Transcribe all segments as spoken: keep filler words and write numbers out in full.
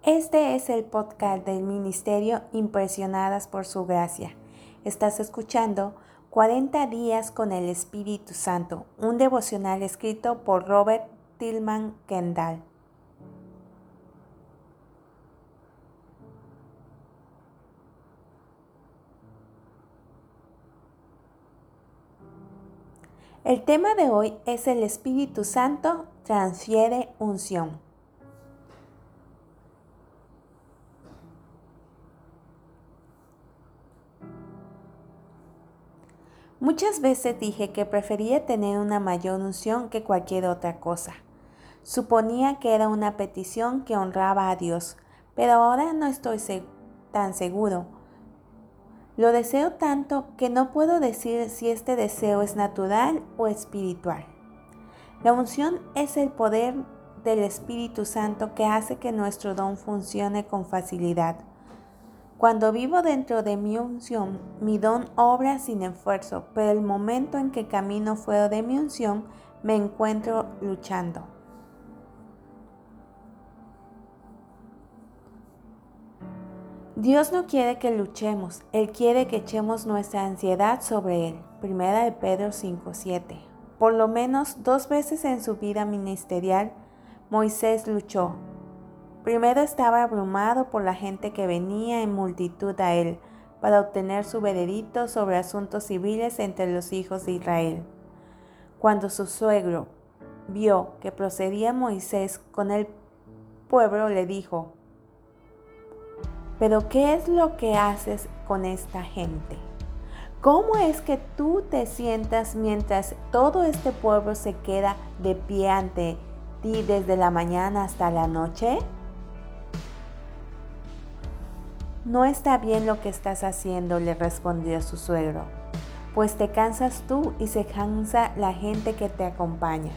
Este es el podcast del Ministerio Impresionadas por Su Gracia. Estás escuchando cuarenta días con el Espíritu Santo, un devocional escrito por Robert Tilman Kendall. El tema de hoy es el Espíritu Santo transfiere unción. Muchas veces dije que prefería tener una mayor unción que cualquier otra cosa. Suponía que era una petición que honraba a Dios, pero ahora no estoy seg- tan seguro. Lo deseo tanto que no puedo decir si este deseo es natural o espiritual. La unción es el poder del Espíritu Santo que hace que nuestro don funcione con facilidad. Cuando vivo dentro de mi unción, mi don obra sin esfuerzo, pero el momento en que camino fuera de mi unción, me encuentro luchando. Dios no quiere que luchemos, Él quiere que echemos nuestra ansiedad sobre Él. Primera de Pedro cinco siete. Por lo menos dos veces en su vida ministerial, Moisés luchó. Primero estaba abrumado por la gente que venía en multitud a él para obtener su veredicto sobre asuntos civiles entre los hijos de Israel. Cuando su suegro vio que procedía Moisés con el pueblo, le dijo: ¿pero qué es lo que haces con esta gente? ¿Cómo es que tú te sientas mientras todo este pueblo se queda de pie ante ti desde la mañana hasta la noche? No está bien lo que estás haciendo, le respondió su suegro, pues te cansas tú y se cansa la gente que te acompaña.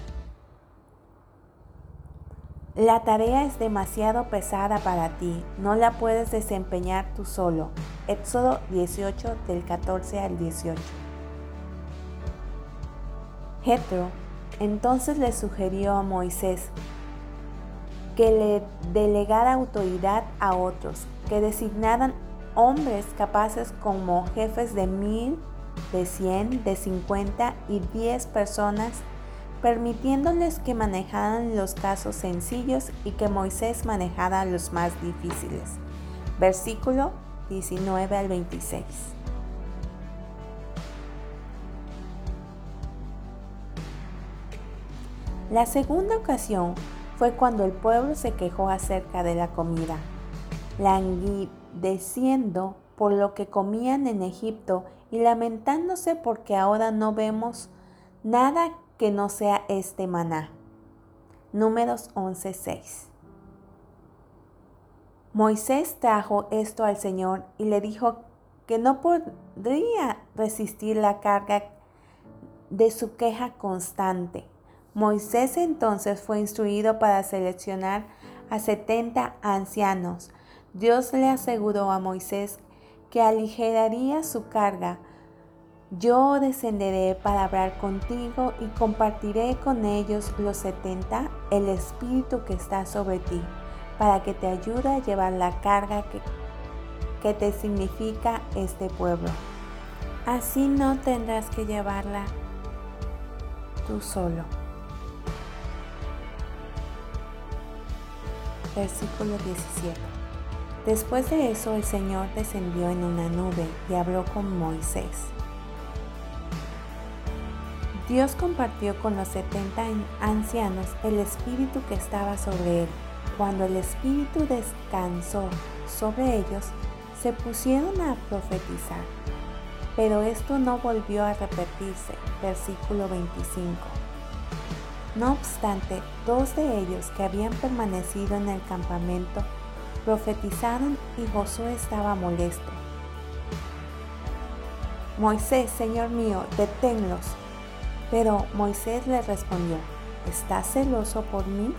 La tarea es demasiado pesada para ti, no la puedes desempeñar tú solo. Éxodo dieciocho del catorce al dieciocho. Jetro entonces le sugirió a Moisés que le delegara autoridad a otros, que designaran hombres capaces como jefes de mil, de cien, de cincuenta y diez personas, permitiéndoles que manejaran los casos sencillos y que Moisés manejara los más difíciles. Versículo diecinueve al veintiséis. La segunda ocasión fue cuando el pueblo se quejó acerca de la comida, languideciendo por lo que comían en Egipto y lamentándose porque ahora no vemos nada que no sea este maná. Números once seis. Moisés trajo esto al Señor y le dijo que no podría resistir la carga de su queja constante. Moisés entonces fue instruido para seleccionar a setenta ancianos. Dios le aseguró a Moisés que aligeraría su carga. Yo descenderé para hablar contigo y compartiré con ellos los setenta, el espíritu que está sobre ti, para que te ayude a llevar la carga que, que te significa este pueblo. Así no tendrás que llevarla tú solo. Versículo diecisiete. Después de eso el Señor descendió en una nube y habló con Moisés. Dios compartió con los setenta ancianos el espíritu que estaba sobre él. Cuando el espíritu descansó sobre ellos, se pusieron a profetizar. Pero esto no volvió a repetirse. Versículo veinticinco. No obstante, dos de ellos que habían permanecido en el campamento profetizaron y Josué estaba molesto. Moisés, Señor mío, deténlos. Pero Moisés le respondió: ¿estás celoso por mí?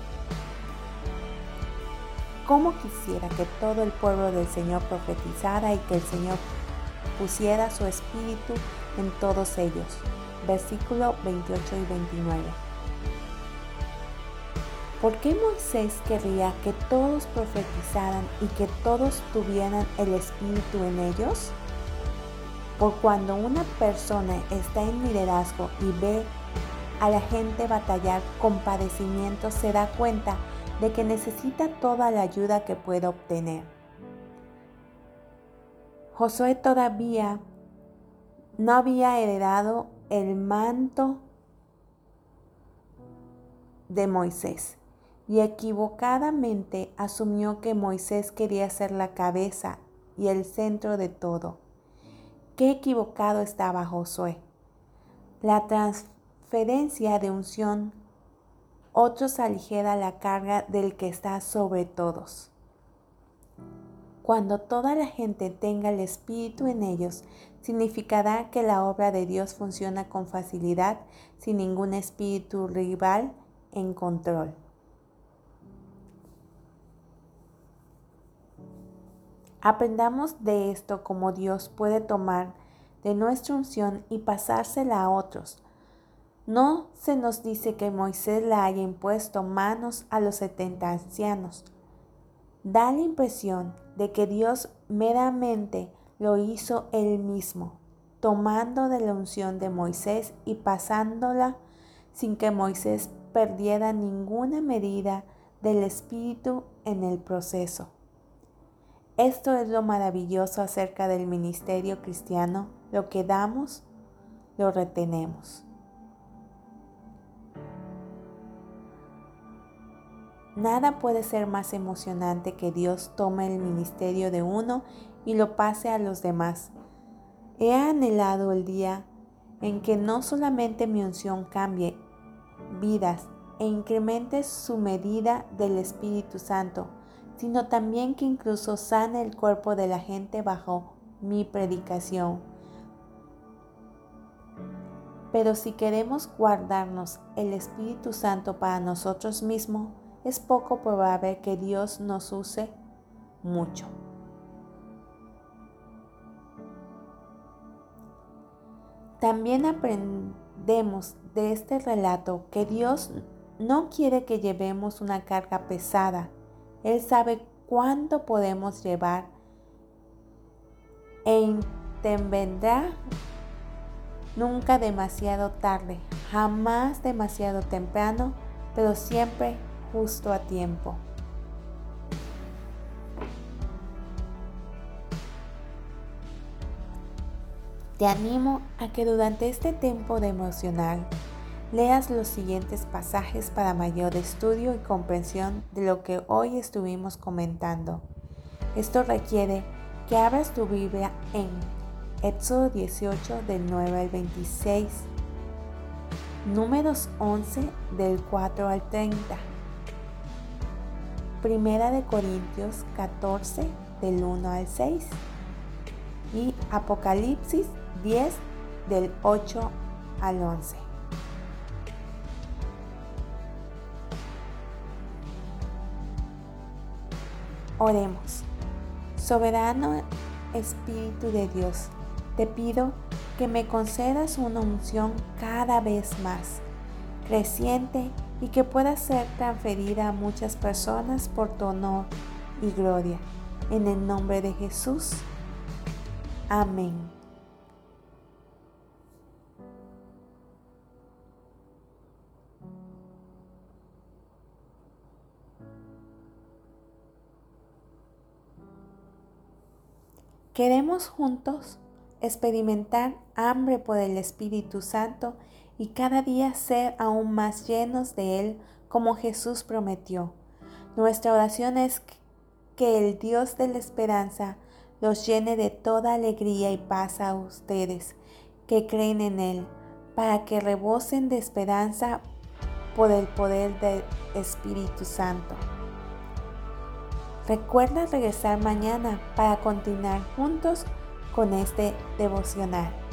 ¿Cómo quisiera que todo el pueblo del Señor profetizara y que el Señor pusiera su espíritu en todos ellos? Versículo veintiocho y veintinueve. ¿Por qué Moisés querría que todos profetizaran y que todos tuvieran el Espíritu en ellos? Por cuando una persona está en liderazgo y ve a la gente batallar con padecimientos, se da cuenta de que necesita toda la ayuda que pueda obtener. Josué todavía no había heredado el manto de Moisés y equivocadamente asumió que Moisés quería ser la cabeza y el centro de todo. Qué equivocado estaba Josué. La transferencia de unción otros aligera la carga del que está sobre todos. Cuando toda la gente tenga el Espíritu en ellos, significará que la obra de Dios funciona con facilidad, sin ningún espíritu rival en control. Aprendamos de esto cómo Dios puede tomar de nuestra unción y pasársela a otros. No se nos dice que Moisés le haya impuesto manos a los setenta ancianos. Da la impresión de que Dios meramente lo hizo él mismo, tomando de la unción de Moisés y pasándola sin que Moisés perdiera ninguna medida del Espíritu en el proceso. Esto es lo maravilloso acerca del ministerio cristiano: lo que damos, lo retenemos. Nada puede ser más emocionante que Dios tome el ministerio de uno y lo pase a los demás. He anhelado el día en que no solamente mi unción cambie vidas e incremente su medida del Espíritu Santo, sino también que incluso sane el cuerpo de la gente bajo mi predicación. Pero si queremos guardarnos el Espíritu Santo para nosotros mismos, es poco probable que Dios nos use mucho. También aprendemos de este relato que Dios no quiere que llevemos una carga pesada. Él sabe cuánto podemos llevar e intervendrá nunca demasiado tarde, jamás demasiado temprano, pero siempre justo a tiempo. Te animo a que durante este tiempo devocional leas los siguientes pasajes para mayor estudio y comprensión de lo que hoy estuvimos comentando. Esto requiere que abras tu Biblia en Éxodo dieciocho del nueve al veintiséis, Números once del cuatro al treinta, Primera de Corintios catorce del uno al seis y Apocalipsis diez del ocho al once. Oremos. Soberano Espíritu de Dios, te pido que me concedas una unción cada vez más creciente y que pueda ser transferida a muchas personas por tu honor y gloria. En el nombre de Jesús. Amén. Queremos juntos experimentar hambre por el Espíritu Santo y cada día ser aún más llenos de Él como Jesús prometió. Nuestra oración es que el Dios de la esperanza los llene de toda alegría y paz a ustedes que creen en Él, para que rebosen de esperanza por el poder del Espíritu Santo. Recuerda regresar mañana para continuar juntos con este devocional.